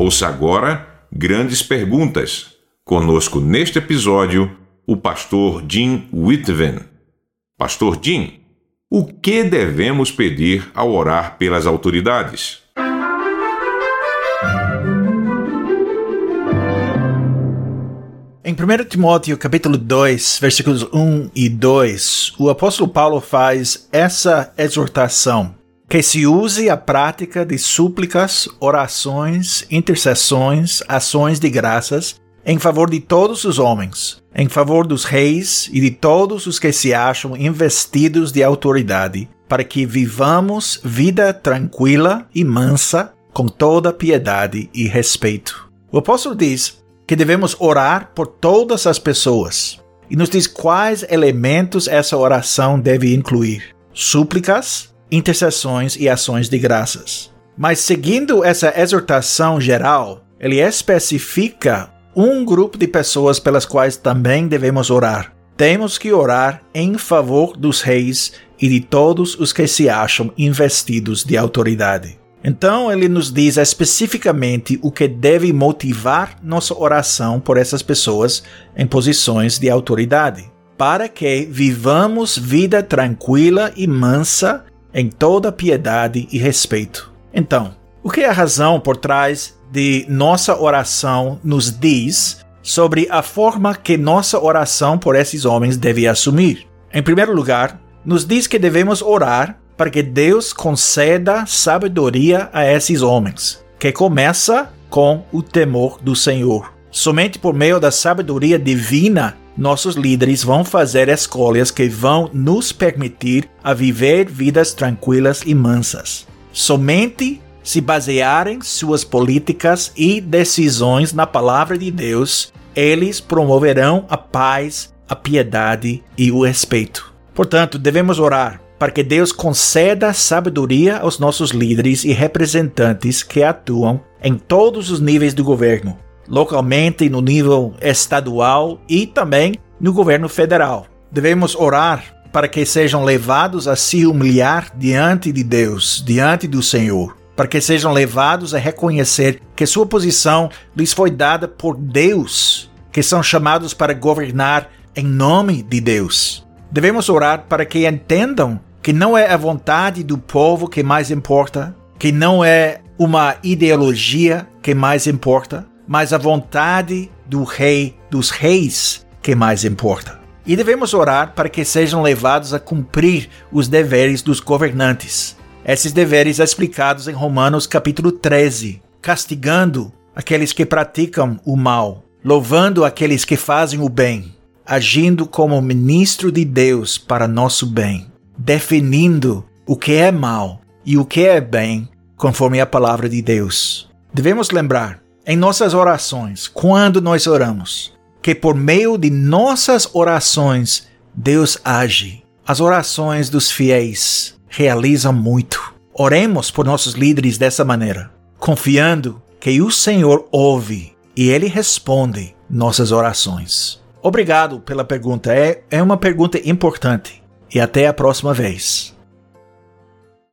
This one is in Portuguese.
Ouça agora Grandes Perguntas. Conosco neste episódio, o pastor Jim Whitven. Pastor Jim, o que devemos pedir ao orar pelas autoridades? Em 1 Timóteo capítulo 2, versículos 1 e 2, o apóstolo Paulo faz essa exortação, que se use a prática de súplicas, orações, intercessões, ações de graças, em favor de todos os homens, em favor dos reis e de todos os que se acham investidos de autoridade, para que vivamos vida tranquila e mansa, com toda piedade e respeito. O apóstolo diz que devemos orar por todas as pessoas, e nos diz quais elementos essa oração deve incluir: súplicas, intercessões e ações de graças. Mas seguindo essa exortação geral, ele especifica um grupo de pessoas pelas quais também devemos orar. Temos que orar em favor dos reis e de todos os que se acham investidos de autoridade. Então, ele nos diz especificamente o que deve motivar nossa oração por essas pessoas em posições de autoridade, para que vivamos vida tranquila e mansa em toda piedade e respeito. Então, o que é a razão por trás de nossa oração nos diz sobre a forma que nossa oração por esses homens deve assumir? Em primeiro lugar, nos diz que devemos orar para que Deus conceda sabedoria a esses homens, que começa com o temor do Senhor. Somente por meio da sabedoria divina, nossos líderes vão fazer escolhas que vão nos permitir a viver vidas tranquilas e mansas. Somente se basearem suas políticas e decisões na palavra de Deus, eles promoverão a paz, a piedade e o respeito. Portanto, devemos orar para que Deus conceda sabedoria aos nossos líderes e representantes que atuam em todos os níveis do governo, localmente, no nível estadual e também no governo federal. Devemos orar para que sejam levados a se humilhar diante de Deus, diante do Senhor, para que sejam levados a reconhecer que sua posição lhes foi dada por Deus, que são chamados para governar em nome de Deus. Devemos orar para que entendam que não é a vontade do povo que mais importa, que não é uma ideologia que mais importa, mas a vontade do Rei dos Reis que mais importa. E devemos orar para que sejam levados a cumprir os deveres dos governantes. Esses deveres explicados em Romanos capítulo 13, castigando aqueles que praticam o mal, louvando aqueles que fazem o bem, agindo como ministro de Deus para nosso bem, definindo o que é mal e o que é bem conforme a palavra de Deus. Devemos lembrar, em nossas orações, quando nós oramos, que por meio de nossas orações, Deus age. As orações dos fiéis realizam muito. Oremos por nossos líderes dessa maneira, confiando que o Senhor ouve e Ele responde nossas orações. Obrigado pela pergunta. É uma pergunta importante. E até a próxima vez.